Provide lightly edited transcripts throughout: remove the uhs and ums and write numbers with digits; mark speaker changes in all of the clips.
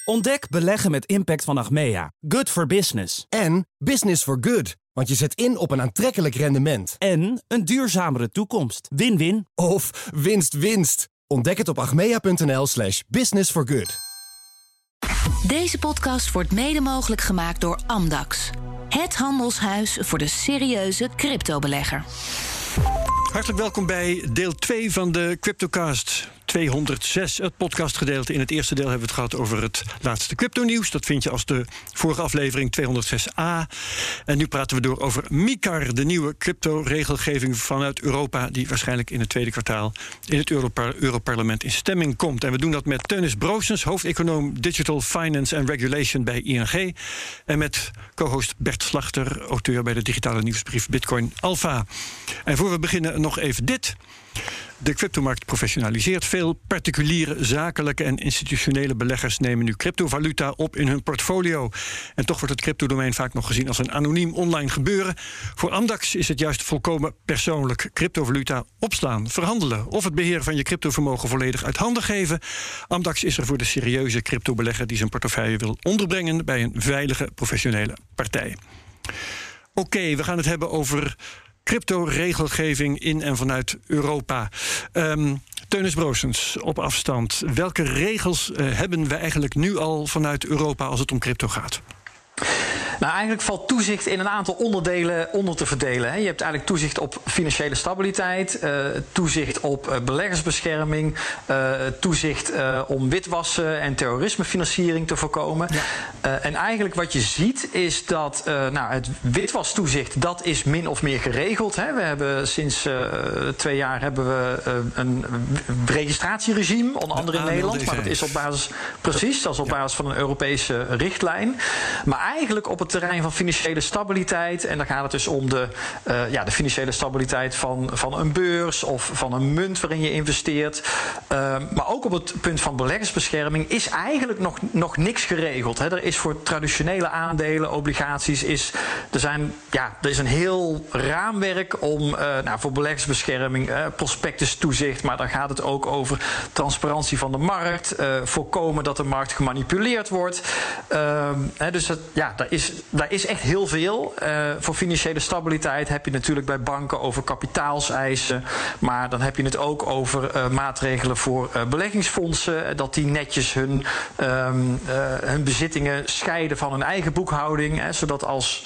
Speaker 1: Ontdek beleggen met impact van Achmea. Good for business.
Speaker 2: En business for good. Want je zet in op een aantrekkelijk rendement.
Speaker 1: En een duurzamere toekomst. Win-win.
Speaker 2: Of winst-winst. Ontdek het op achmea.nl/business for good.
Speaker 3: Deze podcast wordt mede mogelijk gemaakt door Amdax. Het handelshuis voor de serieuze cryptobelegger.
Speaker 4: Hartelijk welkom bij deel 2 van de CryptoCast 206, het podcastgedeelte. In het eerste deel hebben we het gehad over het laatste crypto-nieuws. Dat vind je als de vorige aflevering 206a. En nu praten we door over MiCAR, de nieuwe crypto-regelgeving vanuit Europa, die waarschijnlijk in het tweede kwartaal in het Europarlement in stemming komt. En we doen dat met Teunis Broosens, hoofdeconoom Digital Finance and Regulation bij ING. En met co-host Bert Slachter, auteur bij de digitale nieuwsbrief Bitcoin Alpha. En voor we beginnen nog even dit. De cryptomarkt professionaliseert. Veel particuliere, zakelijke en institutionele beleggers nemen nu cryptovaluta op in hun portfolio. En toch wordt het cryptodomein vaak nog gezien als een anoniem online gebeuren. Voor Amdax is het juist volkomen persoonlijk. Cryptovaluta opslaan, verhandelen of het beheer van je cryptovermogen volledig uit handen geven. Amdax is er voor de serieuze cryptobelegger die zijn portefeuille wil onderbrengen bij een veilige, professionele partij. Oké, we gaan het hebben over crypto-regelgeving in en vanuit Europa. Teunis Broosens, op afstand. Welke regels hebben we eigenlijk nu al vanuit Europa als het om crypto gaat?
Speaker 5: Nou, eigenlijk valt toezicht in een aantal onderdelen onder te verdelen. Je hebt eigenlijk toezicht op financiële stabiliteit, toezicht op beleggersbescherming, toezicht om witwassen en terrorismefinanciering te voorkomen. Ja. En eigenlijk wat je ziet is dat het witwastoezicht, dat is min of meer geregeld. We hebben sinds 2 jaar hebben we een registratieregime, onder andere in Nederland. Maar dat is op basis, precies, dat is op basis van een Europese richtlijn. Maar eigenlijk op het terrein van financiële stabiliteit, en dan gaat het dus om de financiële stabiliteit van een beurs of van een munt waarin je investeert. Maar ook op het punt van beleggersbescherming is eigenlijk nog niks geregeld. Er is voor traditionele aandelen, obligaties, er is een heel raamwerk om voor beleggersbescherming, prospectustoezicht, maar dan gaat het ook over transparantie van de markt, voorkomen dat de markt gemanipuleerd wordt. Dus daar is echt heel veel. Voor financiële stabiliteit heb je natuurlijk bij banken over kapitaalseisen. Maar dan heb je het ook over maatregelen voor beleggingsfondsen. Dat die netjes hun bezittingen scheiden van hun eigen boekhouding. Zodat als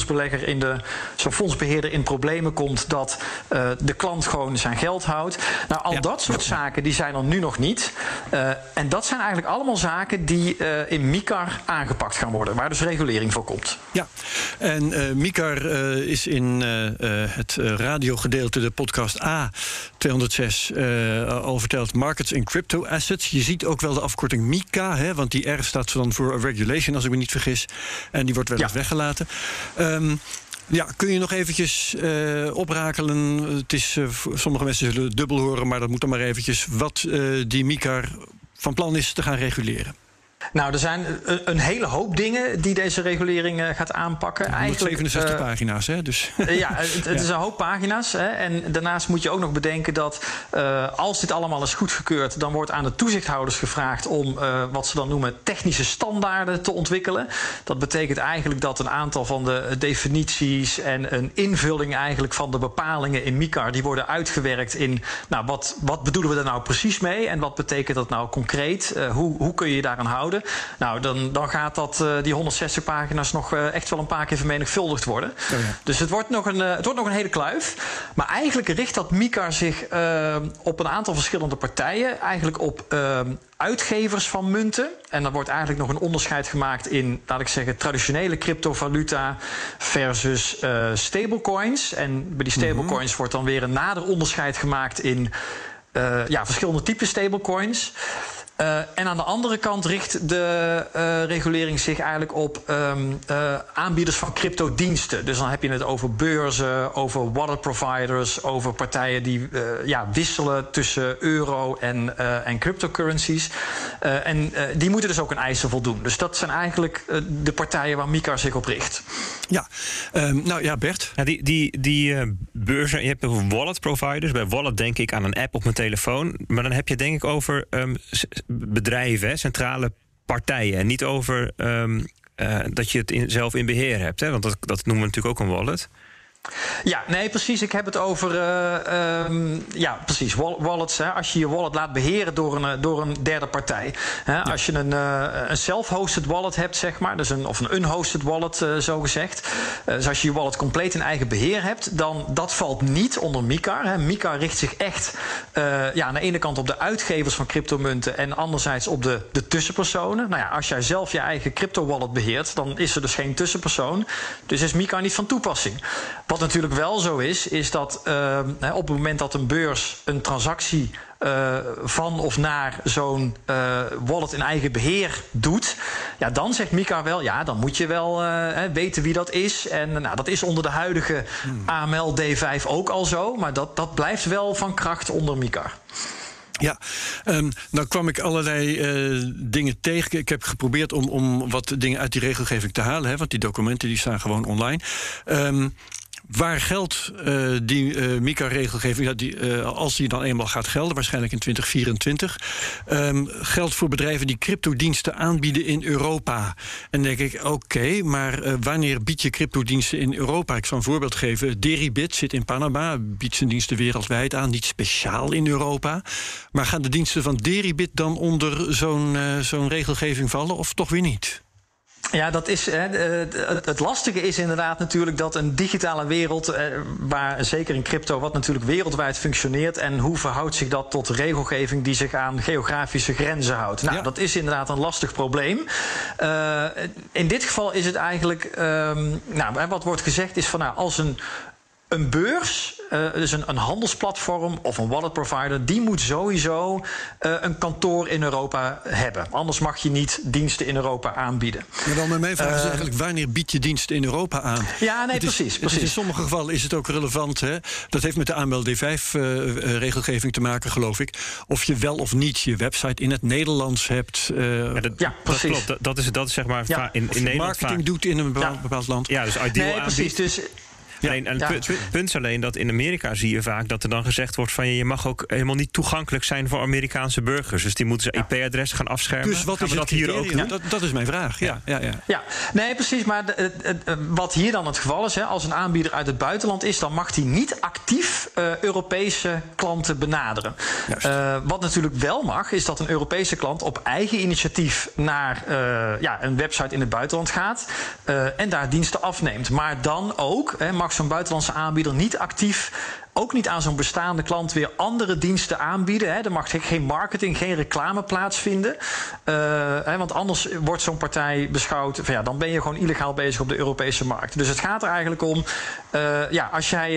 Speaker 5: zo'n fondsbeheerder in problemen komt, dat de klant gewoon zijn geld houdt. Nou, dat soort zaken die zijn er nu nog niet. En dat zijn eigenlijk allemaal zaken die in MiCAR aangepakt gaan worden. Waar dus regulering voor komt.
Speaker 4: Ja, en MiCAR is in het radiogedeelte, de podcast A206, al verteld, Markets in Crypto Assets. Je ziet ook wel de afkorting MiCA, want die R staat dan voor Regulation, als ik me niet vergis. En die wordt wel eens weggelaten. Kun je nog eventjes oprakelen? Het is, sommige mensen zullen dubbel horen, maar dat moet dan maar eventjes, wat die MiCAR van plan is te gaan reguleren.
Speaker 5: Nou, er zijn een hele hoop dingen die deze regulering gaat aanpakken.
Speaker 4: 167 pagina's, hè? Dus.
Speaker 5: Het is een hoop pagina's. Hè? En daarnaast moet je ook nog bedenken dat als dit allemaal is goedgekeurd, dan wordt aan de toezichthouders gevraagd om wat ze dan noemen technische standaarden te ontwikkelen. Dat betekent eigenlijk dat een aantal van de definities en een invulling eigenlijk van de bepalingen in MiCAR, die worden uitgewerkt in, wat bedoelen we er nou precies mee en wat betekent dat nou concreet? Hoe kun je je daaraan houden? Nou, dan gaat die 160 pagina's nog echt wel een paar keer vermenigvuldigd worden. Oh ja. Dus het wordt nog een hele kluif. Maar eigenlijk richt dat MiCAR zich op een aantal verschillende partijen. Eigenlijk op uitgevers van munten. En dan wordt eigenlijk nog een onderscheid gemaakt in, laat ik zeggen, traditionele cryptovaluta versus stablecoins. En bij die stablecoins wordt dan weer een nader onderscheid gemaakt in verschillende typen stablecoins. En aan de andere kant richt de regulering zich eigenlijk op aanbieders van cryptodiensten. Dus dan heb je het over beurzen, over wallet providers, over partijen die wisselen tussen euro en cryptocurrencies. En die moeten dus ook een eisen voldoen. Dus dat zijn eigenlijk de partijen waar MiCAR zich op richt.
Speaker 4: Ja, Bert.
Speaker 6: Ja, die beurzen, je hebt wallet providers. Bij wallet denk ik aan een app op mijn telefoon. Maar dan heb je denk ik over bedrijven, centrale partijen en niet over dat je het zelf in beheer hebt. Hè? Want dat noemen we natuurlijk ook een wallet.
Speaker 5: Ja, nee, precies. Ik heb het over precies, wallets. Hè, als je je wallet laat beheren door een derde partij. Hè, ja. Als je een self-hosted wallet hebt, zeg maar, dus een unhosted wallet, zo gezegd. Dus als je je wallet compleet in eigen beheer hebt, dan dat valt niet onder MiCAR. Hè. MiCAR richt zich echt aan de ene kant op de uitgevers van cryptomunten en anderzijds op de tussenpersonen. Nou ja, als jij zelf je eigen crypto-wallet beheert, dan is er dus geen tussenpersoon. Dus is MiCAR niet van toepassing. Wat natuurlijk wel zo is dat op het moment dat een beurs een transactie van of naar zo'n wallet in eigen beheer doet, ja, dan zegt MiCAR wel, ja, dan moet je wel weten wie dat is. En dat is onder de huidige AML D5 ook al zo, maar dat blijft wel van kracht onder MiCAR.
Speaker 4: Ja, nou kwam ik allerlei dingen tegen. Ik heb geprobeerd om wat dingen uit die regelgeving te halen, want die documenten die staan gewoon online. Waar geldt die MiCAR-regelgeving, als die dan eenmaal gaat gelden, waarschijnlijk in 2024, geldt voor bedrijven die cryptodiensten aanbieden in Europa. En dan denk ik, oké, maar wanneer bied je cryptodiensten in Europa? Ik zal een voorbeeld geven. Deribit zit in Panama, biedt zijn diensten wereldwijd aan, niet speciaal in Europa. Maar gaan de diensten van Deribit dan onder zo'n regelgeving vallen of toch weer niet?
Speaker 5: Ja, dat is, het lastige is inderdaad natuurlijk dat een digitale wereld, waar zeker in crypto, wat natuurlijk wereldwijd functioneert, en hoe verhoudt zich dat tot regelgeving die zich aan geografische grenzen houdt? Nou, dat is inderdaad een lastig probleem. In dit geval is het eigenlijk, wat wordt gezegd is van, als een beurs, dus een handelsplatform of een wallet provider, die moet sowieso een kantoor in Europa hebben. Anders mag je niet diensten in Europa aanbieden.
Speaker 4: Ja, dan mijn vraag is eigenlijk, wanneer bied je diensten in Europa aan?
Speaker 5: Ja, nee, precies.
Speaker 4: In sommige gevallen is het ook relevant, hè? Dat heeft met de AML D5-regelgeving te maken, geloof ik. Of je wel of niet je website in het Nederlands hebt.
Speaker 5: Precies.
Speaker 6: Dat klopt. Dat is zeg maar in Nederland
Speaker 4: marketing doet in een bepaald land.
Speaker 6: Ja, dus ideal
Speaker 5: precies. Dus
Speaker 6: het punt is alleen dat in Amerika zie je vaak dat er dan gezegd wordt van je mag ook helemaal niet toegankelijk zijn voor Amerikaanse burgers. Dus die moeten zijn IP-adres gaan afschermen.
Speaker 4: Dus wat is dat hier ook doen? Dat is mijn vraag. Ja,
Speaker 5: nee, precies. Maar wat hier dan het geval is, als een aanbieder uit het buitenland is, dan mag hij niet actief Europese klanten benaderen. Wat natuurlijk wel mag, is dat een Europese klant op eigen initiatief naar een website in het buitenland gaat en daar diensten afneemt. Maar dan ook mag zo'n buitenlandse aanbieder niet actief, ook niet aan zo'n bestaande klant, weer andere diensten aanbieden. Er mag geen marketing, geen reclame plaatsvinden. Want anders wordt zo'n partij beschouwd van dan ben je gewoon illegaal bezig op de Europese markt. Dus het gaat er eigenlijk om, als jij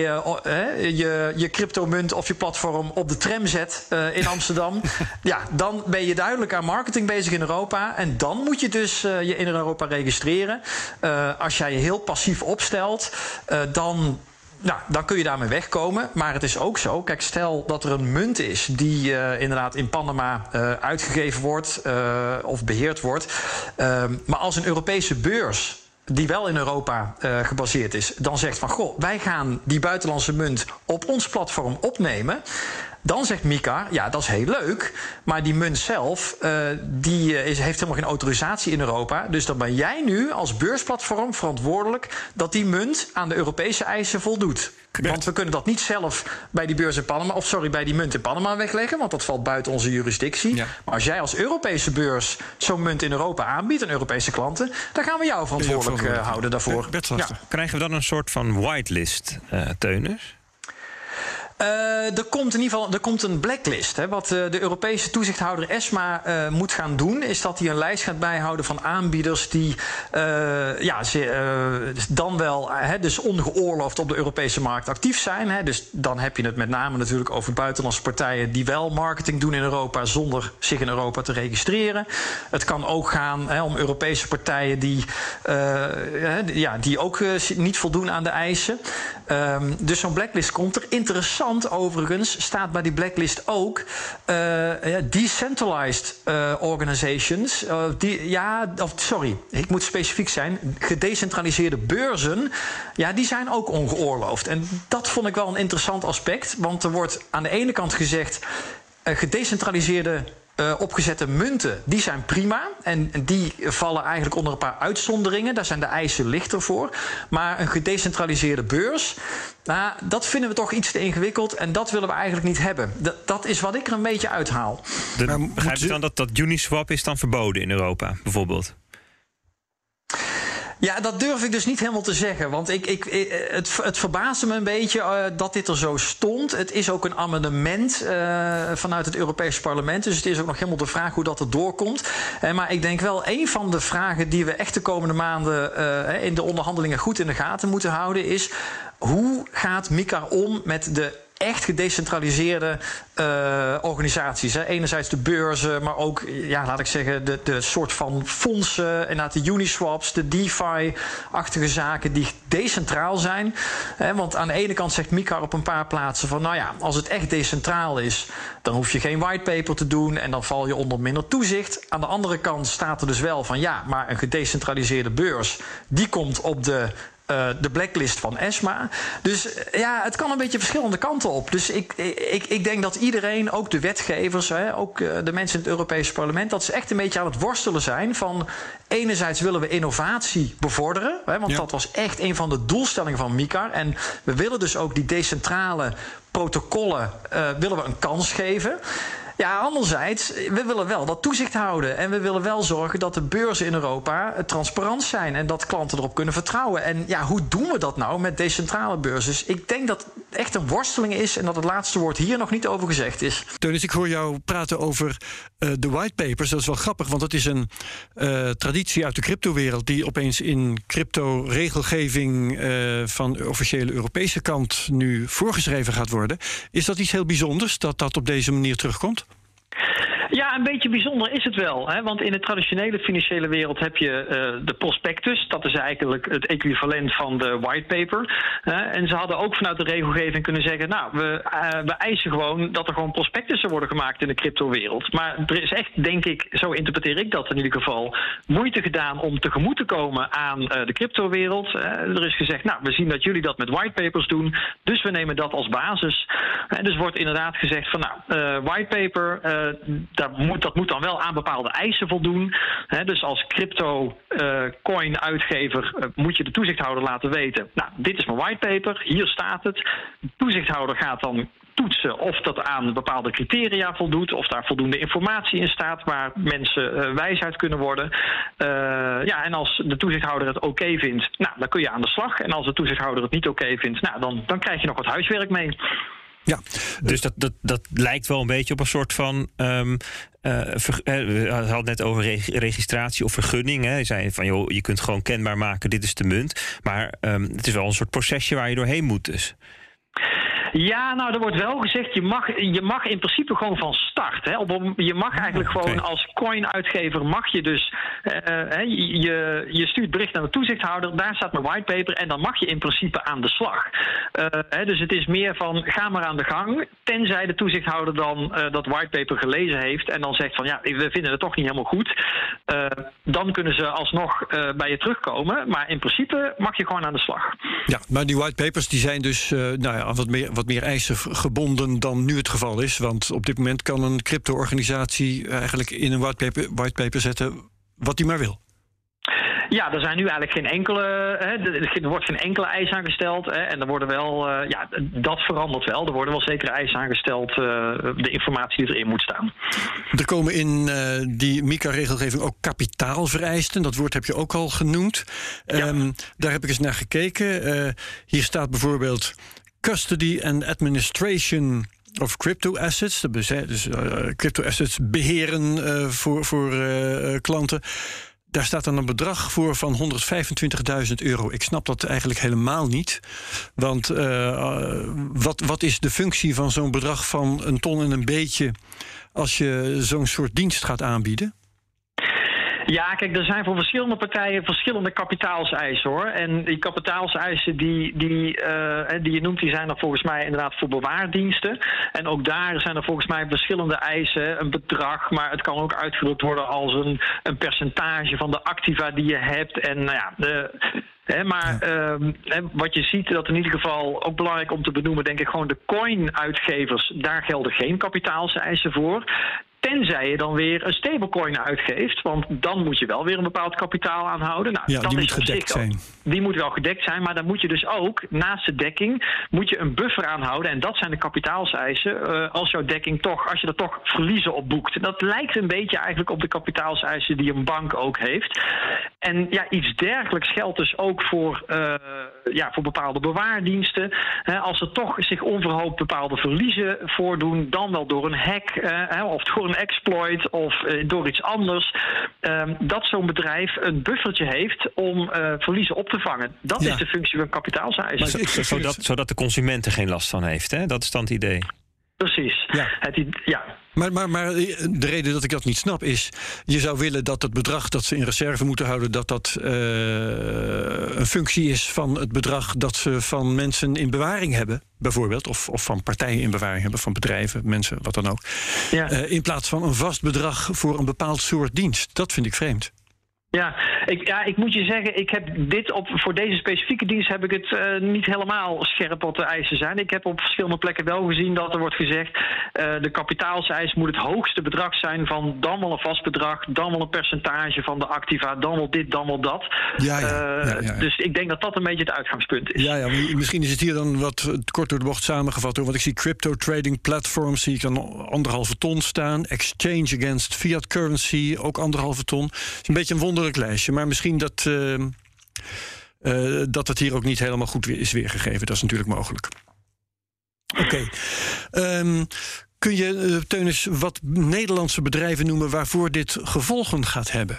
Speaker 5: je cryptomunt of je platform op de tram zet in Amsterdam, dan ben je duidelijk aan marketing bezig in Europa. En dan moet je dus je in Europa registreren. Als jij je heel passief opstelt, dan kun je daarmee wegkomen. Maar het is ook zo, kijk, stel dat er een munt is die inderdaad in Panama uitgegeven wordt of beheerd wordt. Maar als een Europese beurs die wel in Europa gebaseerd is, dan zegt van, wij gaan die buitenlandse munt op ons platform opnemen. Dan zegt MiCAR, dat is heel leuk, maar die munt zelf heeft helemaal geen autorisatie in Europa. Dus dan ben jij nu als beursplatform verantwoordelijk dat die munt aan de Europese eisen voldoet. Want we kunnen dat niet zelf bij die beurs in Panama, bij die munt in Panama wegleggen, want dat valt buiten onze jurisdictie. Ja. Maar als jij als Europese beurs zo'n munt in Europa aanbiedt aan Europese klanten, dan gaan we jou verantwoordelijk houden daarvoor.
Speaker 6: Krijgen we dan een soort van whitelist, Teunus?
Speaker 5: Er komt in ieder geval een blacklist. Wat de Europese toezichthouder ESMA moet gaan doen, is dat hij een lijst gaat bijhouden van aanbieders die dan wel dus ongeoorloofd op de Europese markt actief zijn. Dus dan heb je het met name natuurlijk over buitenlandse partijen die wel marketing doen in Europa zonder zich in Europa te registreren. Het kan ook gaan om Europese partijen die ook niet voldoen aan de eisen. Dus zo'n blacklist komt er. Interessant overigens staat bij die blacklist ook decentralized organizations. Ik moet specifiek zijn. Gedecentraliseerde beurzen, die zijn ook ongeoorloofd. En dat vond ik wel een interessant aspect. Want er wordt aan de ene kant gezegd, gedecentraliseerde opgezette munten, die zijn prima. En die vallen eigenlijk onder een paar uitzonderingen. Daar zijn de eisen lichter voor. Maar een gedecentraliseerde beurs, nou, dat vinden we toch iets te ingewikkeld. En dat willen we eigenlijk niet hebben. Dat is wat ik er een beetje uithaal.
Speaker 6: Begrijp je dan dat Uniswap is dan verboden in Europa, bijvoorbeeld?
Speaker 5: Ja, dat durf ik dus niet helemaal te zeggen. Want het verbaasde me een beetje dat dit er zo stond. Het is ook een amendement vanuit het Europese parlement. Dus het is ook nog helemaal de vraag hoe dat er doorkomt. Maar ik denk wel, een van de vragen die we echt de komende maanden in de onderhandelingen goed in de gaten moeten houden is: hoe gaat MiCAR om met de echt gedecentraliseerde organisaties. Hè. Enerzijds de beurzen, maar ook, laat ik zeggen, de soort van fondsen, en de Uniswaps, de DeFi-achtige zaken die decentraal zijn. Want aan de ene kant zegt MiCAR op een paar plaatsen van, als het echt decentraal is, dan hoef je geen whitepaper te doen en dan val je onder minder toezicht. Aan de andere kant staat er dus wel van, maar een gedecentraliseerde beurs, die komt op de blacklist van ESMA. Dus het kan een beetje verschillende kanten op. Dus ik denk dat iedereen, ook de wetgevers, ook de mensen in het Europese parlement, dat ze echt een beetje aan het worstelen zijn van, enerzijds willen we innovatie bevorderen, want dat was echt een van de doelstellingen van MiCAR. En we willen dus ook die decentrale protocollen willen we een kans geven. Ja, anderzijds, we willen wel dat toezicht houden. En we willen wel zorgen dat de beurzen in Europa transparant zijn. En dat klanten erop kunnen vertrouwen. En hoe doen we dat nou met decentrale beurzen? Dus ik denk dat het echt een worsteling is en dat het laatste woord hier nog niet over gezegd is.
Speaker 4: Teunis, ik hoor jou praten over de whitepapers. Dat is wel grappig, want dat is een traditie uit de cryptowereld die opeens in crypto-regelgeving van de officiële Europese kant nu voorgeschreven gaat worden. Is dat iets heel bijzonders, dat op deze manier terugkomt?
Speaker 7: Ja, een beetje bijzonder is het wel. Want in de traditionele financiële wereld heb je de prospectus. Dat is eigenlijk het equivalent van de whitepaper. En ze hadden ook vanuit de regelgeving kunnen zeggen, we eisen gewoon dat er gewoon prospectussen worden gemaakt in de cryptowereld. Maar er is echt, denk ik, zo interpreteer ik dat in ieder geval, moeite gedaan om tegemoet te komen aan de cryptowereld. Er is gezegd, we zien dat jullie dat met whitepapers doen, dus we nemen dat als basis. Dus wordt inderdaad gezegd van, whitepaper, dat moet dan wel aan bepaalde eisen voldoen. Dus als crypto-coin-uitgever moet je de toezichthouder laten weten, dit is mijn whitepaper, hier staat het. De toezichthouder gaat dan toetsen of dat aan bepaalde criteria voldoet, of daar voldoende informatie in staat waar mensen wijs uit kunnen worden. En als de toezichthouder het oké vindt, dan kun je aan de slag. En als de toezichthouder het niet oké vindt, dan krijg je nog wat huiswerk mee.
Speaker 6: Ja, dus dat lijkt wel een beetje op een soort van we hadden het net over registratie of vergunning. Je zei van, je kunt gewoon kenbaar maken, dit is de munt. Maar het is wel een soort procesje waar je doorheen moet dus.
Speaker 7: Ja, er wordt wel gezegd, je mag in principe gewoon van start. Je mag eigenlijk gewoon als coin-uitgever mag je dus, je stuurt bericht naar de toezichthouder, daar staat mijn whitepaper en dan mag je in principe aan de slag. Dus het is meer van, ga maar aan de gang, tenzij de toezichthouder dan dat whitepaper gelezen heeft en dan zegt van, we vinden het toch niet helemaal goed. Dan kunnen ze alsnog bij je terugkomen, maar in principe mag je gewoon aan de slag.
Speaker 4: Ja, maar die whitepapers die zijn dus wat meer eisen gebonden dan nu het geval is. Want op dit moment kan een crypto-organisatie eigenlijk in een whitepaper zetten wat hij maar wil.
Speaker 7: Ja, er zijn nu eigenlijk geen enkele, er wordt geen enkele eis aangesteld. En er worden wel, dat verandert wel. Er worden wel zekere eisen aangesteld, de informatie die erin moet staan.
Speaker 4: Er komen in die MiCAR-regelgeving ook kapitaalvereisten. Dat woord heb je ook al genoemd. Ja. Daar heb ik eens naar gekeken. Hier staat bijvoorbeeld custody and administration of crypto assets. Dus crypto assets beheren voor klanten. Daar staat dan een bedrag voor van €125.000. Ik snap dat eigenlijk helemaal niet. Want wat is de functie van zo'n bedrag van een ton en een beetje als je zo'n soort dienst gaat aanbieden?
Speaker 7: Ja, kijk, er zijn voor verschillende partijen verschillende kapitaalseisen, hoor. En die kapitaalseisen die je noemt, die zijn er volgens mij inderdaad voor bewaardiensten. En ook daar zijn er volgens mij verschillende eisen, een bedrag, maar het kan ook uitgedrukt worden als een percentage van de activa die je hebt. En wat je ziet, dat in ieder geval ook belangrijk om te benoemen, denk ik, gewoon de coin-uitgevers, daar gelden geen kapitaalseisen voor. Tenzij je dan weer een stablecoin uitgeeft. Want dan moet je wel weer een bepaald kapitaal aanhouden. Nou,
Speaker 4: Ja,
Speaker 7: dat
Speaker 4: die
Speaker 7: is
Speaker 4: moet gedekt zijn.
Speaker 7: Die moet wel gedekt zijn, maar dan moet je dus ook naast de dekking moet je een buffer aanhouden. En dat zijn de kapitaalseisen als jouw dekking als je er toch verliezen op boekt. Dat lijkt een beetje eigenlijk op de kapitaalseisen die een bank ook heeft. En ja, iets dergelijks geldt dus ook voor bepaalde bewaardiensten. Als er toch zich onverhoopt bepaalde verliezen voordoen, dan wel door een hack of door een exploit of door iets anders, dat zo'n bedrijf een buffertje heeft om verliezen op te vangen. Dat is de functie van kapitaalseisen.
Speaker 6: Zodat de consument er geen last van heeft, hè? Dat is dan het idee.
Speaker 7: Precies.
Speaker 4: Ja. Maar de reden dat ik dat niet snap is, je zou willen dat het bedrag dat ze in reserve moeten houden, dat een functie is van het bedrag dat ze van mensen in bewaring hebben, bijvoorbeeld, of van partijen in bewaring hebben, van bedrijven, mensen, wat dan ook. Ja. In plaats van een vast bedrag voor een bepaald soort dienst. Dat vind ik vreemd.
Speaker 7: Ik moet je zeggen, ik heb voor deze specifieke dienst heb ik het niet helemaal scherp wat de eisen zijn. Ik heb op verschillende plekken wel gezien dat er wordt gezegd, de kapitaalseis moet het hoogste bedrag zijn van dan wel een vast bedrag, dan wel een percentage van de activa, dan wel dit, dan wel dat. Dus ik denk dat dat een beetje het uitgangspunt is.
Speaker 4: Ja, misschien is het hier dan wat kort door de bocht samengevat, hoor. Want ik zie crypto trading platforms, zie ik dan 1,5 ton staan. Exchange against fiat currency, ook 1,5 ton. Het is een beetje een wonderlijk lijstje, maar misschien dat het hier ook niet helemaal goed is weergegeven. Dat is natuurlijk mogelijk. Oké. Kun je, Teunis, wat Nederlandse bedrijven noemen waarvoor dit gevolgen gaat hebben?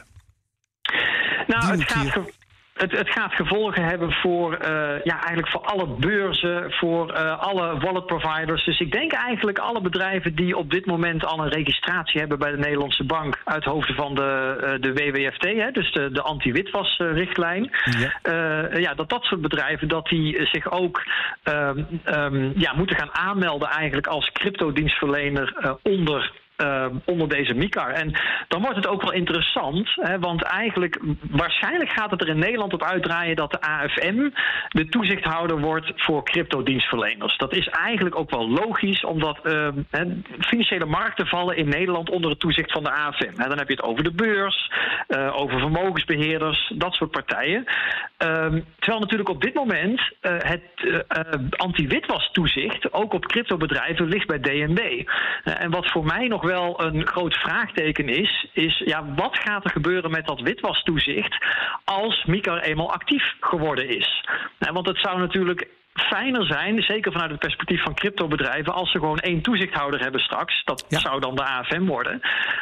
Speaker 7: Nou, het gaat gevolgen hebben voor eigenlijk voor alle beurzen, voor alle wallet providers. Dus ik denk eigenlijk alle bedrijven die op dit moment al een registratie hebben bij de Nederlandse bank uit hoofde van de WWFT, dus de anti-witwasrichtlijn. Dat soort bedrijven dat die zich ook moeten gaan aanmelden eigenlijk als cryptodienstverlener onder deze MiCAR. En dan wordt het ook wel interessant, want eigenlijk waarschijnlijk gaat het er in Nederland op uitdraaien dat de AFM de toezichthouder wordt voor cryptodienstverleners. Dat is eigenlijk ook wel logisch, omdat financiële markten vallen in Nederland onder het toezicht van de AFM. Dan heb je het over de beurs, over vermogensbeheerders, dat soort partijen. Terwijl natuurlijk op dit moment het anti-witwastoezicht ook op cryptobedrijven ligt bij DNB. En wat voor mij nog wel een groot vraagteken is wat gaat er gebeuren met dat witwastoezicht als MiCAR eenmaal actief geworden is? Want het zou natuurlijk fijner zijn, zeker vanuit het perspectief van cryptobedrijven, als ze gewoon 1 toezichthouder hebben straks. Dat zou dan de AFM worden.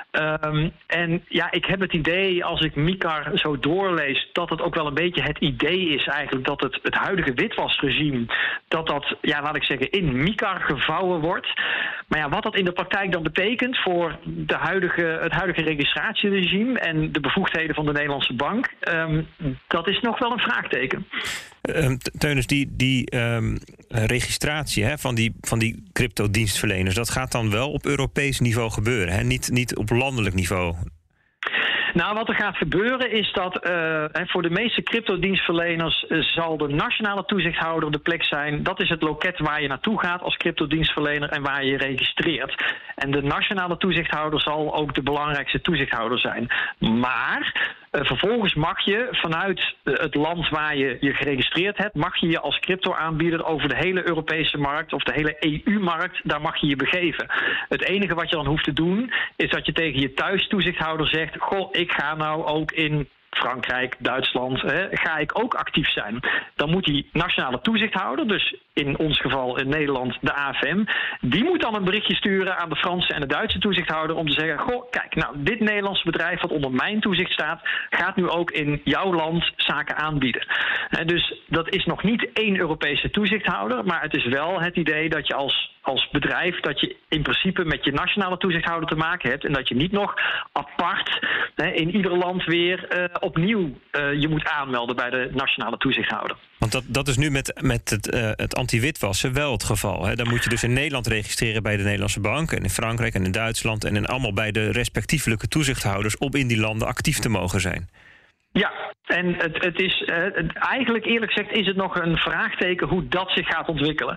Speaker 7: Ik heb het idee, als ik MiCAR zo doorlees, dat het ook wel een beetje het idee is eigenlijk dat het huidige witwasregime, dat in MiCAR gevouwen wordt. Maar wat dat in de praktijk dan betekent voor het huidige registratieregime en de bevoegdheden van de Nederlandse bank, dat is nog wel een vraagteken.
Speaker 6: Teunis, die registratie van die cryptodienstverleners, dat gaat dan wel op Europees niveau gebeuren, hè? Niet op landelijk niveau.
Speaker 7: Nou, wat er gaat gebeuren is dat voor de meeste cryptodienstverleners zal de nationale toezichthouder de plek zijn. Dat is het loket waar je naartoe gaat als cryptodienstverlener en waar je je registreert. En de nationale toezichthouder zal ook de belangrijkste toezichthouder zijn. Maar vervolgens mag je vanuit het land waar je je geregistreerd hebt, mag je je als crypto-aanbieder over de hele Europese markt of de hele EU-markt, daar mag je je begeven. Het enige wat je dan hoeft te doen, is dat je tegen je thuistoezichthouder zegt, goh, ik ga nou ook in Frankrijk, Duitsland, ga ik ook actief zijn. Dan moet die nationale toezichthouder, dus in ons geval in Nederland de AFM, die moet dan een berichtje sturen aan de Franse en de Duitse toezichthouder om te zeggen, goh, kijk, nou, dit Nederlandse bedrijf wat onder mijn toezicht staat, gaat nu ook in jouw land zaken aanbieden. Dus dat is nog niet 1 Europese toezichthouder, maar het is wel het idee dat je als bedrijf, dat je in principe met je nationale toezichthouder te maken hebt en dat je niet nog apart in ieder land weer opnieuw je moet aanmelden bij de nationale toezichthouder.
Speaker 6: Want dat is nu met het anti-witwassen wel het geval. Hè? Dan moet je dus in Nederland registreren bij de Nederlandse bank en in Frankrijk en in Duitsland en allemaal bij de respectievelijke toezichthouders om in die landen actief te mogen zijn.
Speaker 7: Ja, en het is eigenlijk eerlijk gezegd is het nog een vraagteken hoe dat zich gaat ontwikkelen.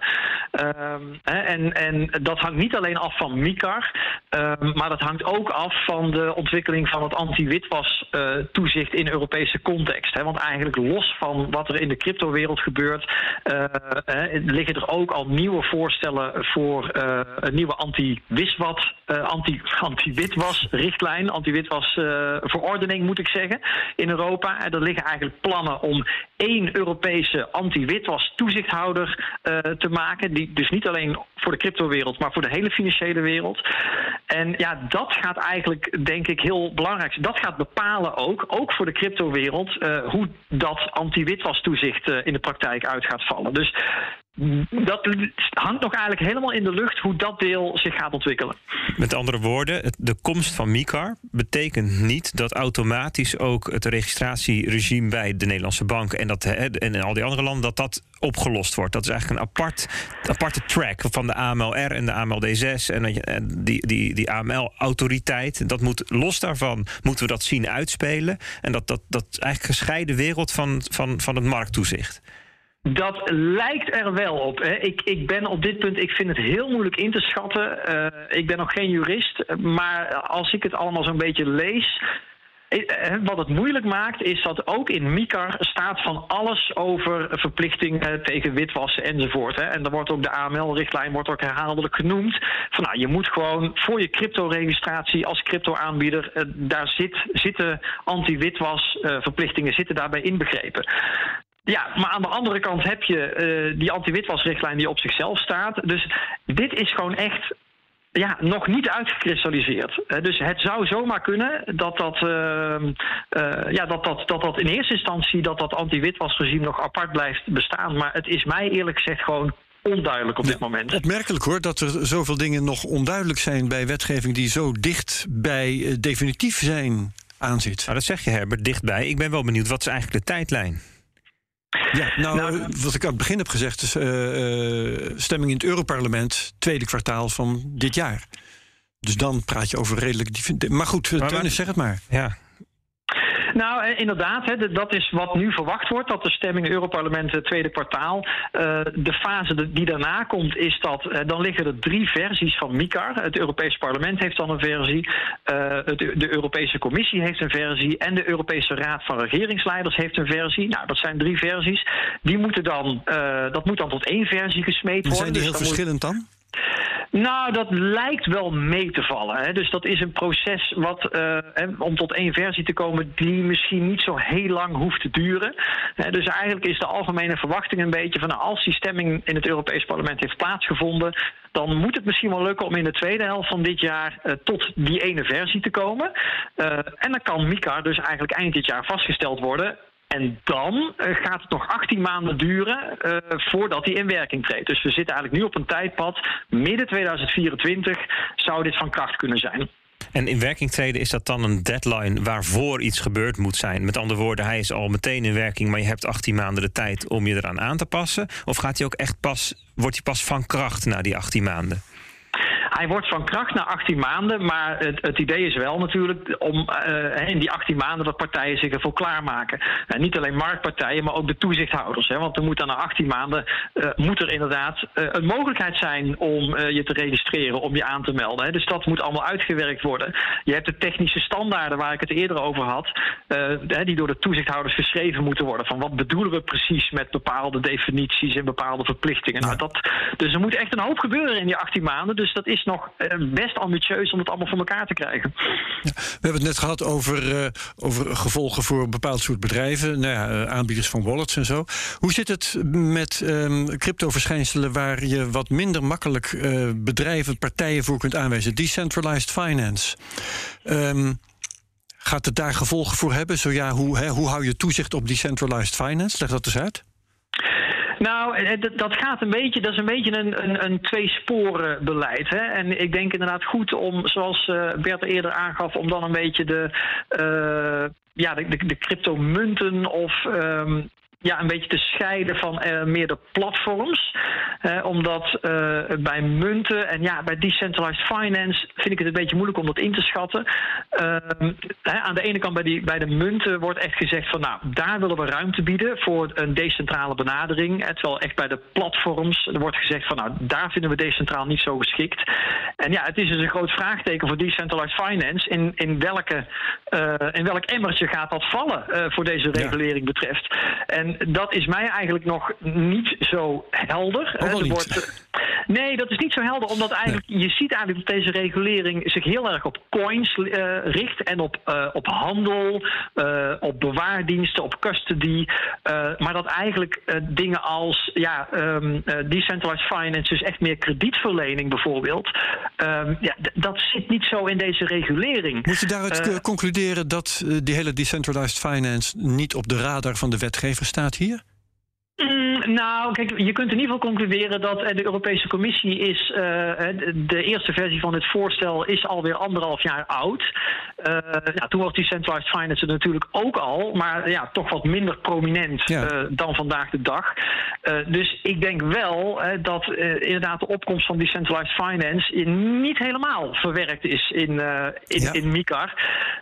Speaker 7: En dat hangt niet alleen af van MiCAR, maar dat hangt ook af van de ontwikkeling van het anti-witwas toezicht in Europese context. Hè? Want eigenlijk los van wat er in de cryptowereld gebeurt, liggen er ook al nieuwe voorstellen voor een nieuwe anti-witwas-richtlijn, anti-witwas-verordening moet ik zeggen, in Europa. En er liggen eigenlijk plannen om 1 Europese anti-witwas-toezichthouder te maken, die dus niet alleen voor de cryptowereld, maar voor de hele financiële wereld. En ja, dat gaat eigenlijk, denk ik, heel belangrijk zijn. Dat gaat bepalen ook voor de cryptowereld, hoe dat anti-witwas-toezicht in de praktijk uit gaat vallen. Dus dat hangt nog eigenlijk helemaal in de lucht hoe dat deel zich gaat ontwikkelen.
Speaker 6: Met andere woorden, de komst van MiCAR betekent niet dat automatisch ook het registratieregime bij de Nederlandse bank en al die andere landen dat opgelost wordt. Dat is eigenlijk een aparte track van de AMLR en de AMLD6 en die AML-autoriteit. Dat moet los daarvan moeten we dat zien uitspelen. En dat is eigenlijk een gescheiden wereld van het markttoezicht.
Speaker 7: Dat lijkt er wel op. Hè. Ik ben op dit punt, ik vind het heel moeilijk in te schatten. Ik ben nog geen jurist, maar als ik het allemaal zo'n beetje lees, wat het moeilijk maakt, is dat ook in MiCAR staat van alles over verplichtingen tegen witwassen enzovoort. Hè. En dan wordt ook de AML-richtlijn wordt herhaaldelijk genoemd. Van nou, je moet gewoon voor je crypto-registratie als crypto-aanbieder, daar zitten anti-witwas verplichtingen zitten daarbij inbegrepen. Ja, maar aan de andere kant heb je die anti-witwasrichtlijn die op zichzelf staat. Dus dit is gewoon echt nog niet uitgekristalliseerd. Dus het zou zomaar kunnen dat in eerste instantie dat anti-witwasregime nog apart blijft bestaan. Maar het is mij eerlijk gezegd gewoon onduidelijk op dit moment.
Speaker 4: Opmerkelijk hoor, dat er zoveel dingen nog onduidelijk zijn bij wetgeving die zo dicht bij definitief zijn aanzit.
Speaker 6: Nou, dat zeg je, Herbert, dichtbij. Ik ben wel benieuwd, wat is eigenlijk de tijdlijn?
Speaker 4: Ja, wat ik aan het begin heb gezegd is stemming in het Europarlement, tweede kwartaal van dit jaar. Dus dan praat je over redelijk... Maar goed, Teunus, zeg het maar.
Speaker 6: Ja.
Speaker 7: Nou, inderdaad, dat is wat nu verwacht wordt, dat de stemming Europarlement tweede kwartaal. De fase die daarna komt is dat, dan liggen er 3 versies van MiCAR. Het Europese parlement heeft dan een versie, de Europese Commissie heeft een versie en de Europese Raad van Regeringsleiders heeft een versie. Nou, dat zijn 3 versies. Die moeten dan, dat moet dan tot 1 versie gesmeed worden.
Speaker 4: Zijn die heel verschillend dan?
Speaker 7: Nou, dat lijkt wel mee te vallen. Hè. Dus dat is een proces wat, om tot 1 versie te komen, die misschien niet zo heel lang hoeft te duren. Dus eigenlijk is de algemene verwachting een beetje van, als die stemming in het Europees Parlement heeft plaatsgevonden, dan moet het misschien wel lukken om in de tweede helft van dit jaar tot die ene versie te komen. En dan kan MiCAR dus eigenlijk eind dit jaar vastgesteld worden. En dan gaat het nog 18 maanden duren voordat die in werking treedt. Dus we zitten eigenlijk nu op een tijdpad. Midden 2024 zou dit van kracht kunnen zijn.
Speaker 6: En in werking treden, is dat dan een deadline waarvoor iets gebeurd moet zijn? Met andere woorden, hij is al meteen in werking, maar je hebt 18 maanden de tijd om je eraan aan te passen? Of gaat hij ook echt wordt hij pas van kracht na die 18 maanden?
Speaker 7: Hij wordt van kracht na 18 maanden, maar het idee is wel natuurlijk om in die 18 maanden dat partijen zich ervoor klaarmaken. Niet alleen marktpartijen, maar ook de toezichthouders. Hè, want er moet dan na 18 maanden moet er inderdaad een mogelijkheid zijn om je te registreren, om je aan te melden. Hè. Dus dat moet allemaal uitgewerkt worden. Je hebt de technische standaarden waar ik het eerder over had, die door de toezichthouders geschreven moeten worden. Van wat bedoelen we precies met bepaalde definities en bepaalde verplichtingen.
Speaker 4: Ja.
Speaker 7: Nou, dus er moet echt een hoop gebeuren in die 18 maanden. Dus dat is nog best ambitieus om het allemaal voor elkaar te krijgen.
Speaker 4: Ja, we hebben het net gehad over gevolgen voor een bepaald soort bedrijven. Nou ja, aanbieders van wallets en zo. Hoe zit het met cryptoverschijnselen waar je wat minder makkelijk bedrijven, partijen voor kunt aanwijzen? Decentralized finance. Gaat het daar gevolgen voor hebben? Zo ja, hoe hou je toezicht op decentralized finance? Leg dat eens uit.
Speaker 7: Nou, dat is een beetje een tweesporen beleid. Hè? En ik denk inderdaad goed om, zoals Bert eerder aangaf, om dan een beetje de cryptomunten of een beetje te scheiden van meer de platforms. Omdat bij munten en bij decentralized finance vind ik het een beetje moeilijk om dat in te schatten. Aan de ene kant bij de munten wordt echt gezegd van daar willen we ruimte bieden voor een decentrale benadering. Terwijl echt bij de platforms er wordt gezegd van daar vinden we decentraal niet zo geschikt. En het is dus een groot vraagteken voor decentralized finance. In welk emmertje gaat dat vallen voor deze regulering betreft? En dat is mij eigenlijk nog niet zo helder. Nee, dat is niet zo helder, omdat eigenlijk je ziet eigenlijk dat deze regulering zich heel erg op coins richt en op handel, op bewaardiensten, op custody. Maar dat eigenlijk dingen als decentralized finance, dus echt meer kredietverlening bijvoorbeeld, dat zit niet zo in deze regulering.
Speaker 4: Moet je daaruit concluderen dat die hele decentralized finance niet op de radar van de wetgever staat hier?
Speaker 7: Kijk, je kunt in ieder geval concluderen dat de Europese Commissie is... de eerste versie van het voorstel is alweer 1,5 jaar oud. Toen was decentralized finance er natuurlijk ook al, maar toch wat minder prominent dan vandaag de dag. Dus ik denk wel dat inderdaad de opkomst van decentralized finance niet helemaal verwerkt is in MiCAR.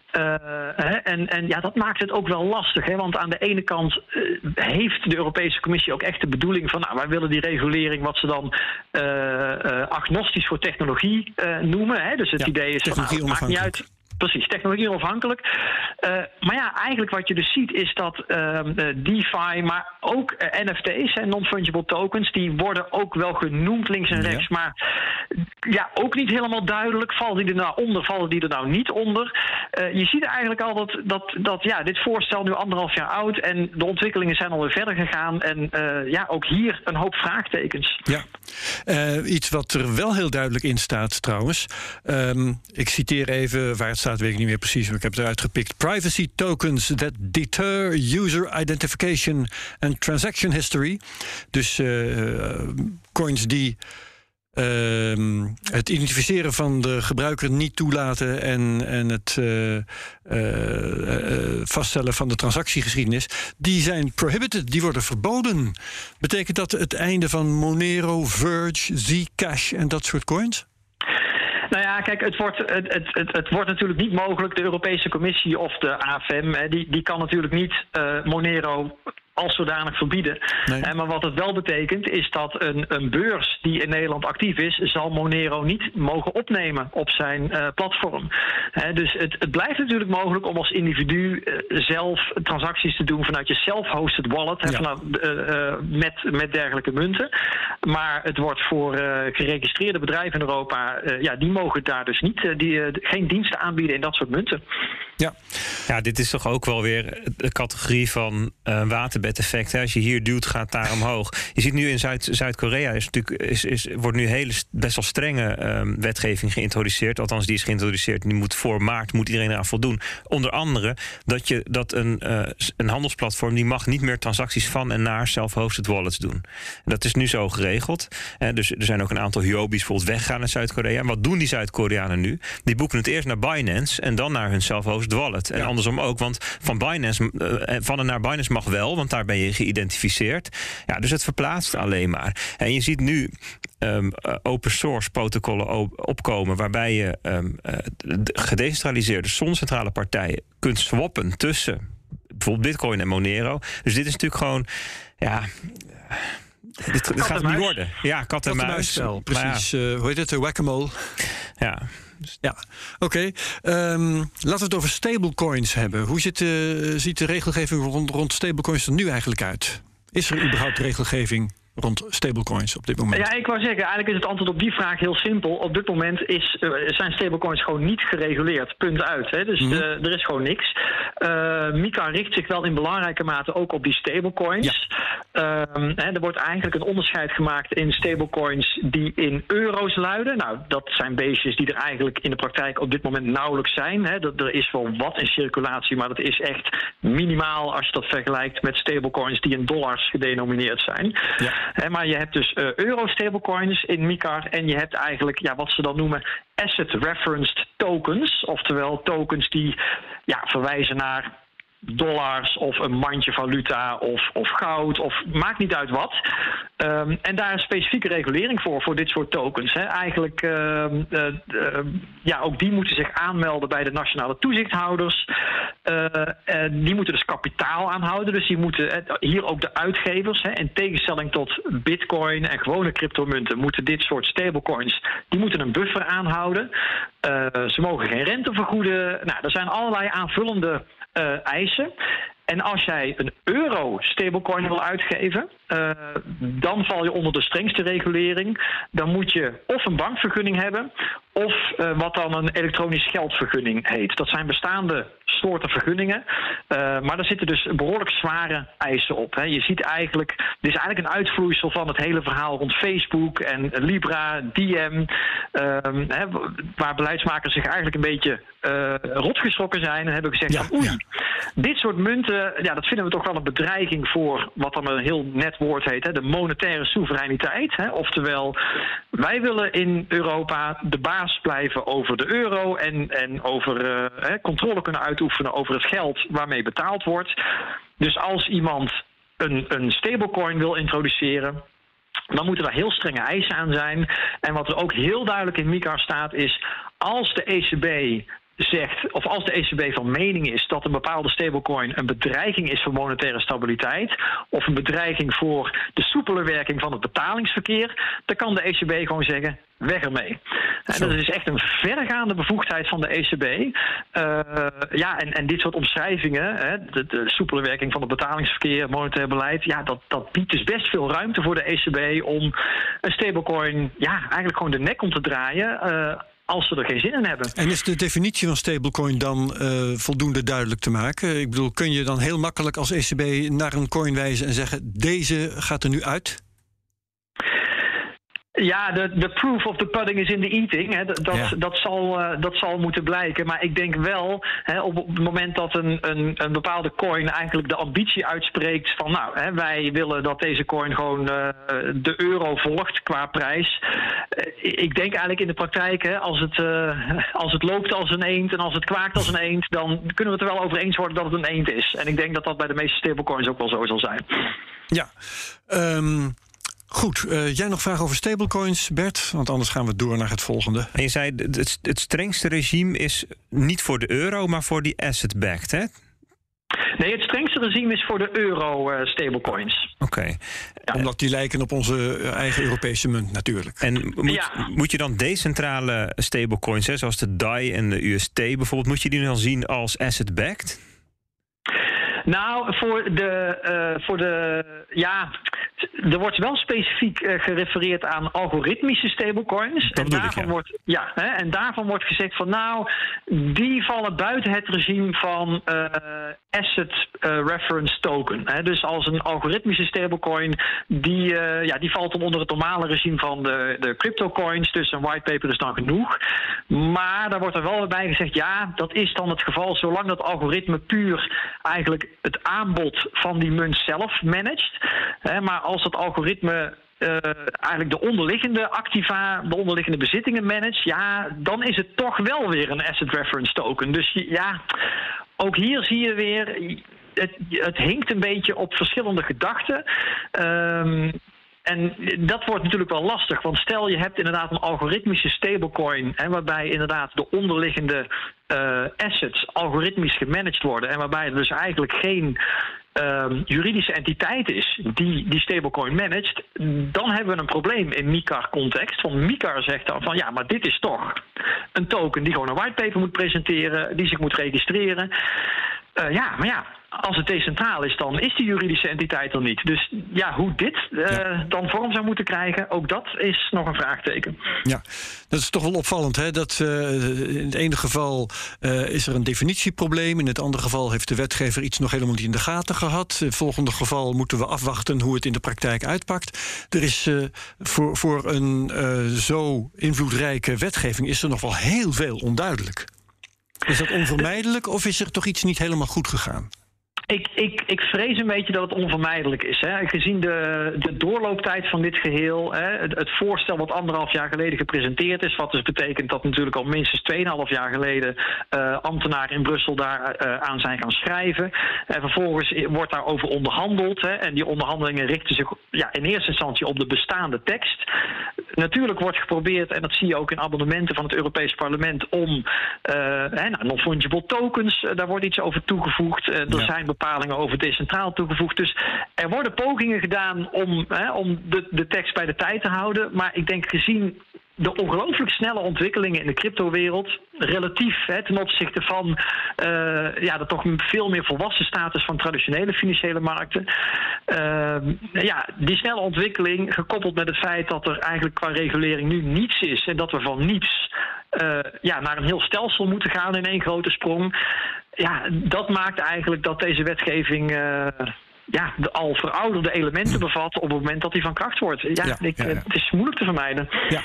Speaker 7: Dat maakt het ook wel lastig. Want aan de ene kant heeft de Europese Commissie ook echt de bedoeling van... wij willen die regulering wat ze dan agnostisch voor technologie noemen. Dus het idee is van, het maakt niet uit... Precies, technologie onafhankelijk. Maar eigenlijk wat je dus ziet is dat DeFi, maar ook NFT's, non-fungible tokens, die worden ook wel genoemd links en rechts. Maar ook niet helemaal duidelijk. Vallen die er nou onder, vallen die er nou niet onder? Je ziet eigenlijk al dat dit voorstel nu 1,5 jaar oud en de ontwikkelingen zijn alweer verder gegaan. En ook hier een hoop vraagtekens.
Speaker 4: Ja, iets wat er wel heel duidelijk in staat trouwens. Ik citeer even waar het staat, weet ik niet meer precies, maar ik heb het eruit gepikt. Privacy tokens that deter user identification and transaction history. Dus coins die het identificeren van de gebruiker niet toelaten en het vaststellen van de transactiegeschiedenis, die zijn prohibited, die worden verboden. Betekent dat het einde van Monero, Verge, Zcash en dat soort coins?
Speaker 7: Kijk, het wordt natuurlijk niet mogelijk. De Europese Commissie of de AFM, die kan natuurlijk niet Monero als zodanig verbieden. Nee. Maar wat het wel betekent is dat een beurs die in Nederland actief is, zal Monero niet mogen opnemen op zijn platform. Dus het blijft natuurlijk mogelijk om als individu zelf transacties te doen vanuit je self-hosted wallet, met dergelijke munten. Maar het wordt voor geregistreerde bedrijven in Europa, die mogen daar dus niet, geen diensten aanbieden in dat soort munten.
Speaker 6: Ja, dit is toch ook wel weer de categorie van waterbedeffect. Als je hier duwt, gaat daar omhoog. Je ziet nu in Zuid-Korea wordt nu hele best wel strenge wetgeving geïntroduceerd. Althans, die is geïntroduceerd. Die moet voor maart moet iedereen eraan voldoen. Onder andere dat een handelsplatform die mag niet meer transacties van en naar self-hosted wallets doen. En dat is nu zo geregeld. Dus er zijn ook een aantal Huobi's bijvoorbeeld weggaan naar Zuid-Korea. En wat doen die Zuid-Koreanen nu? Die boeken het eerst naar Binance en dan naar hun self-hosted wallet. En andersom ook, want van en naar Binance mag wel, want daar ben je geïdentificeerd. Ja, dus het verplaatst alleen maar. En je ziet nu open source protocollen opkomen waarbij je gedecentraliseerde zoncentrale partijen kunt swappen tussen bijvoorbeeld Bitcoin en Monero. Dus dit is natuurlijk gewoon dit gaat het niet worden. Ja, kat en muis.
Speaker 4: Precies. Hoe heet het? Whack-a-mole.
Speaker 6: Ja.
Speaker 4: Ja, oké. Laten we het over stablecoins hebben. Hoe ziet de regelgeving rond stablecoins er nu eigenlijk uit? Is er überhaupt regelgeving rond stablecoins op dit moment?
Speaker 7: Ja, ik wou zeggen, eigenlijk is het antwoord op die vraag heel simpel. Op dit moment zijn stablecoins gewoon niet gereguleerd. Punt uit. Dus er is gewoon niks. MiCAR richt zich wel in belangrijke mate ook op die stablecoins. Ja. Er wordt eigenlijk een onderscheid gemaakt in stablecoins die in euro's luiden. Nou, dat zijn beestjes die er eigenlijk in de praktijk op dit moment nauwelijks zijn. Er is wel wat in circulatie, maar dat is echt minimaal als je dat vergelijkt met stablecoins die in dollars gedenomineerd zijn. Ja. Maar je hebt dus euro-stablecoins in MiCAR en je hebt eigenlijk wat ze dan noemen asset-referenced tokens. Oftewel tokens die verwijzen naar dollars of een mandje valuta of goud of maakt niet uit wat. En daar is specifieke regulering voor dit soort tokens. Hè. Eigenlijk, ook die moeten zich aanmelden bij de nationale toezichthouders. Die moeten dus kapitaal aanhouden. Dus die moeten, hier ook de uitgevers, in tegenstelling tot bitcoin en gewone cryptomunten, moeten dit soort stablecoins, die moeten een buffer aanhouden. Ze mogen geen rente vergoeden. Nou, er zijn allerlei aanvullende eisen. En als jij een euro stablecoin wil uitgeven, dan val je onder de strengste regulering. Dan moet je of een bankvergunning hebben, of wat dan een elektronisch geldvergunning heet. Dat zijn bestaande soorten vergunningen. Maar daar zitten dus behoorlijk zware eisen op. Hè. Je ziet eigenlijk, dit is eigenlijk een uitvloeisel van het hele verhaal rond Facebook en Libra, Diem, waar beleidsmakers zich eigenlijk een beetje rotgeschrokken zijn en hebben gezegd dit soort munten, dat vinden we toch wel een bedreiging voor wat dan een heel net woord heet, de monetaire soevereiniteit. Hè. Oftewel, wij willen in Europa de baas blijven over de euro en over controle kunnen uitoefenen over het geld waarmee betaald wordt. Dus als iemand een stablecoin wil introduceren, dan moeten daar heel strenge eisen aan zijn. En wat er ook heel duidelijk in MiCAR staat is, als de ECB zegt, of als de ECB van mening is dat een bepaalde stablecoin een bedreiging is voor monetaire stabiliteit of een bedreiging voor de soepele werking van het betalingsverkeer, dan kan de ECB gewoon zeggen, weg ermee. En dat is echt een verregaande bevoegdheid van de ECB. En dit soort omschrijvingen, de soepele werking van het betalingsverkeer, monetair beleid, dat biedt dus best veel ruimte voor de ECB om een stablecoin eigenlijk gewoon de nek om te draaien, als ze er geen zin in hebben. En
Speaker 4: is de definitie van stablecoin dan voldoende duidelijk te maken? Ik bedoel, kun je dan heel makkelijk als ECB naar een coin wijzen en zeggen, deze gaat er nu uit?
Speaker 7: Ja, de proof of the pudding is in the eating. Hè. Dat zal moeten blijken. Maar ik denk wel, op het moment dat een bepaalde coin eigenlijk de ambitie uitspreekt van, wij willen dat deze coin gewoon de euro volgt qua prijs. Ik denk eigenlijk in de praktijk, als het loopt als een eend en als het kwaakt als een eend, dan kunnen we het er wel over eens worden dat het een eend is. En ik denk dat dat bij de meeste stablecoins ook wel zo zal zijn.
Speaker 4: Ja, goed, jij nog vragen over stablecoins, Bert? Want anders gaan we door naar het volgende.
Speaker 6: En je zei, het strengste regime is niet voor de euro, maar voor die asset-backed, hè?
Speaker 7: Nee, het strengste regime is voor de euro-stablecoins.
Speaker 6: Oké.
Speaker 4: Ja. Omdat die lijken op onze eigen Europese munt natuurlijk.
Speaker 6: En moet je dan decentrale stablecoins, zoals de DAI en de UST bijvoorbeeld, moet je die dan zien als asset-backed?
Speaker 7: Nou, er wordt wel specifiek gerefereerd aan algoritmische stablecoins. En daarvan wordt gezegd van, die vallen buiten het regime van asset reference token. Dus als een algoritmische stablecoin, die valt dan onder het normale regime van de cryptocoins. Dus een whitepaper is dan genoeg. Maar daar wordt er wel bij gezegd, dat is dan het geval zolang dat algoritme puur eigenlijk het aanbod van die munt zelf managt. Maar als het algoritme eigenlijk de onderliggende activa, de onderliggende bezittingen managt, dan is het toch wel weer een asset reference token. Dus ook hier zie je weer, het hinkt een beetje op verschillende gedachten. En dat wordt natuurlijk wel lastig, want stel je hebt inderdaad een algoritmische stablecoin, waarbij inderdaad de onderliggende assets algoritmisch gemanaged worden en waarbij er dus eigenlijk geen juridische entiteit is die stablecoin managt, dan hebben we een probleem in MiCAR-context. Want MiCAR zegt dan van, maar dit is toch een token die gewoon een whitepaper moet presenteren, die zich moet registreren. Als het decentraal is, dan is die juridische entiteit er niet. Dus hoe dit dan vorm zou moeten krijgen, ook dat is nog een vraagteken. Ja,
Speaker 4: dat is toch wel opvallend, hè? Dat in het ene geval is er een definitieprobleem, in het andere geval heeft de wetgever iets nog helemaal niet in de gaten gehad. In het volgende geval moeten we afwachten hoe het in de praktijk uitpakt. Er is voor een zo invloedrijke wetgeving is er nog wel heel veel onduidelijk. Is dat onvermijdelijk of is er toch iets niet helemaal goed gegaan?
Speaker 7: Ik vrees een beetje dat het onvermijdelijk is. Hè. Gezien de doorlooptijd van dit geheel, het voorstel wat 1,5 jaar geleden gepresenteerd is, wat dus betekent dat natuurlijk al minstens 2,5 jaar geleden ambtenaren in Brussel daar aan zijn gaan schrijven. En vervolgens wordt daarover onderhandeld. Hè, en die onderhandelingen richten zich in eerste instantie op de bestaande tekst. Natuurlijk wordt geprobeerd, en dat zie je ook in amendementen van het Europees Parlement, om non-fungible tokens, daar wordt iets over toegevoegd. Er zijn bepalingen over decentraal toegevoegd. Dus er worden pogingen gedaan om de tekst bij de tijd te houden. Maar ik denk gezien de ongelooflijk snelle ontwikkelingen in de cryptowereld, relatief ten opzichte van de toch veel meer volwassen status van traditionele financiële markten. Die snelle ontwikkeling, gekoppeld met het feit dat er eigenlijk qua regulering nu niets is en dat we van niets naar een heel stelsel moeten gaan in één grote sprong. Ja, dat maakt eigenlijk dat deze wetgeving de al verouderde elementen bevat op het moment dat die van kracht wordt. Het is moeilijk te vermijden.
Speaker 4: Ja.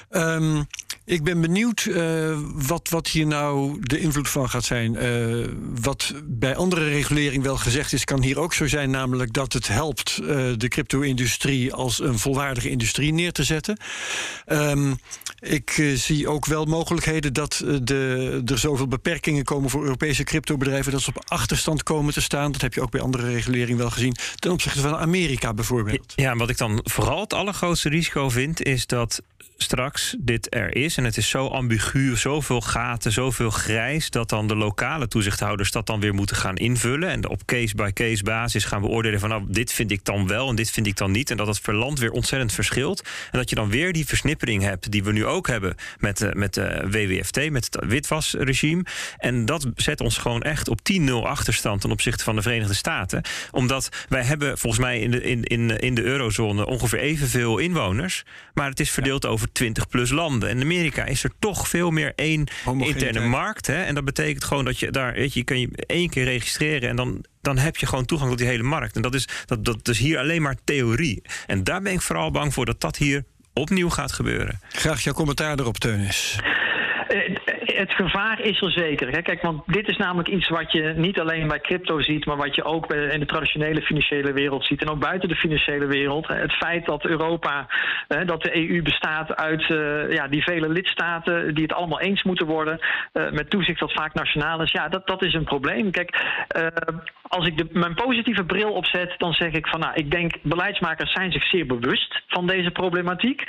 Speaker 4: Ik ben benieuwd wat hier nou de invloed van gaat zijn. Wat bij andere regulering wel gezegd is, kan hier ook zo zijn, namelijk dat het helpt de crypto-industrie als een volwaardige industrie neer te zetten. Ik zie ook wel mogelijkheden dat er zoveel beperkingen komen voor Europese cryptobedrijven dat ze op achterstand komen te staan. Dat heb je ook bij andere regulering wel gezien, ten opzichte van Amerika bijvoorbeeld.
Speaker 6: Ja, wat ik dan vooral het allergrootste risico vind, is dat straks dit er is en het is zo ambigu, zoveel gaten, zoveel grijs, dat dan de lokale toezichthouders dat dan weer moeten gaan invullen en op case-by-case basis gaan beoordelen van dit vind ik dan wel en dit vind ik dan niet, en dat het per land weer ontzettend verschilt en dat je dan weer die versnippering hebt die we nu ook hebben met de WWFT, met het witwasregime, en dat zet ons gewoon echt op 10-0 achterstand ten opzichte van de Verenigde Staten, omdat wij hebben volgens mij in de eurozone ongeveer evenveel inwoners, maar het is verdeeld over 20+ landen. En in Amerika is er toch veel meer één interne markt. Hè? En dat betekent gewoon dat je daar, je kan je 1 keer registreren en dan heb je gewoon toegang tot die hele markt. En dat is hier alleen maar theorie. En daar ben ik vooral bang voor dat hier opnieuw gaat gebeuren.
Speaker 4: Graag jouw commentaar erop, Teunis.
Speaker 7: Het gevaar is er zeker. Hè? Kijk, want dit is namelijk iets wat je niet alleen bij crypto ziet, maar wat je ook in de traditionele financiële wereld ziet en ook buiten de financiële wereld. Het feit dat Europa, dat de EU bestaat uit die vele lidstaten die het allemaal eens moeten worden, met toezicht dat vaak nationaal is, dat is een probleem. Kijk, als ik mijn positieve bril opzet, dan zeg ik van ik denk beleidsmakers zijn zich zeer bewust van deze problematiek.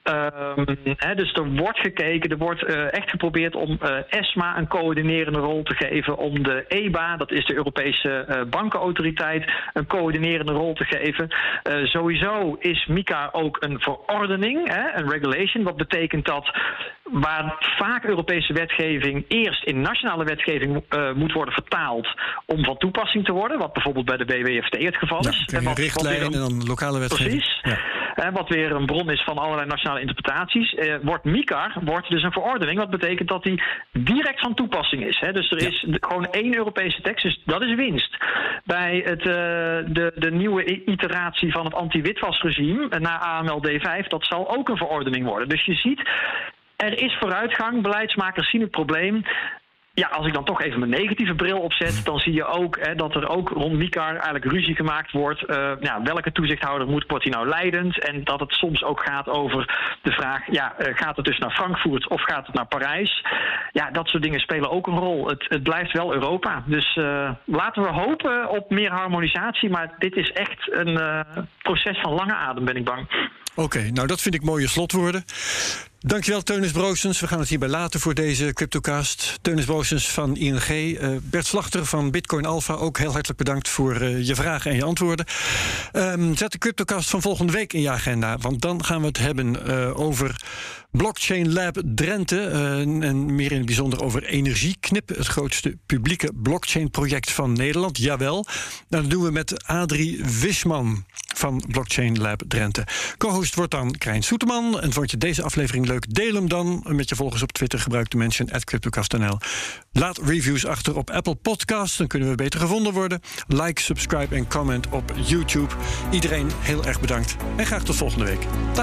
Speaker 7: Dus er wordt gekeken, er wordt echt geprobeerd om ESMA een coördinerende rol te geven, om de EBA, dat is de Europese bankenautoriteit, een coördinerende rol te geven. Sowieso is MiCA ook een verordening, een regulation, wat betekent dat waar vaak Europese wetgeving eerst in nationale wetgeving moet worden vertaald om van toepassing te worden, wat bijvoorbeeld bij de WWFT het geval is.
Speaker 4: Een richtlijn en dan lokale wetgeving.
Speaker 7: Precies. Ja. Wat weer een bron is van allerlei nationale interpretaties. Wordt MiCA dus een verordening, wat betekent dat die direct van toepassing is. Hè? Dus er is gewoon 1 Europese tekst, dus dat is winst. Bij de nieuwe iteratie van het anti-witwasregime na AMLD 5, dat zal ook een verordening worden. Dus je ziet, er is vooruitgang, beleidsmakers zien het probleem. Ja, als ik dan toch even mijn negatieve bril opzet, dan zie je ook dat er ook rond MiCA eigenlijk ruzie gemaakt wordt. Welke toezichthouder wordt hij nou leidend? En dat het soms ook gaat over de vraag, gaat het dus naar Frankfurt of gaat het naar Parijs? Ja, dat soort dingen spelen ook een rol. Het blijft wel Europa. Dus laten we hopen op meer harmonisatie, maar dit is echt een proces van lange adem, ben ik bang.
Speaker 4: Oké, nou dat vind ik mooie slotwoorden. Dankjewel, Teunis Broosens. We gaan het hierbij laten voor deze CryptoCast. Teunis Broosens van ING. Bert Slachter van Bitcoin Alpha, ook heel hartelijk bedankt voor je vragen en je antwoorden. Zet de CryptoCast van volgende week in je agenda, want dan gaan we het hebben over Blockchain Lab Drenthe. En meer in het bijzonder over Energieknip, het grootste publieke blockchain-project van Nederland. Jawel. Nou, dat doen we met Adrie Wisman van Blockchain Lab Drenthe. Co-host wordt dan Krijn Soeterman. En vond je deze aflevering leuk? Deel hem dan met je volgers op Twitter. Gebruik de mention @CryptoCast.nl. Laat reviews achter op Apple Podcasts. Dan kunnen we beter gevonden worden. Like, subscribe en comment op YouTube. Iedereen heel erg bedankt. En graag tot volgende week. Dag.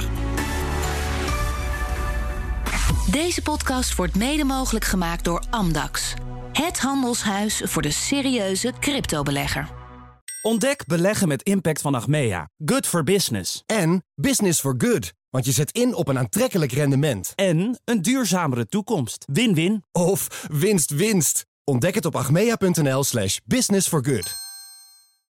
Speaker 3: Deze podcast wordt mede mogelijk gemaakt door Amdax. Het handelshuis voor de serieuze cryptobelegger.
Speaker 1: Ontdek beleggen met impact van Achmea. Good for business.
Speaker 2: En business for good. Want je zet in op een aantrekkelijk rendement.
Speaker 1: En een duurzamere toekomst. Win-win.
Speaker 2: Of winst-winst. Ontdek het op achmea.nl/business for good.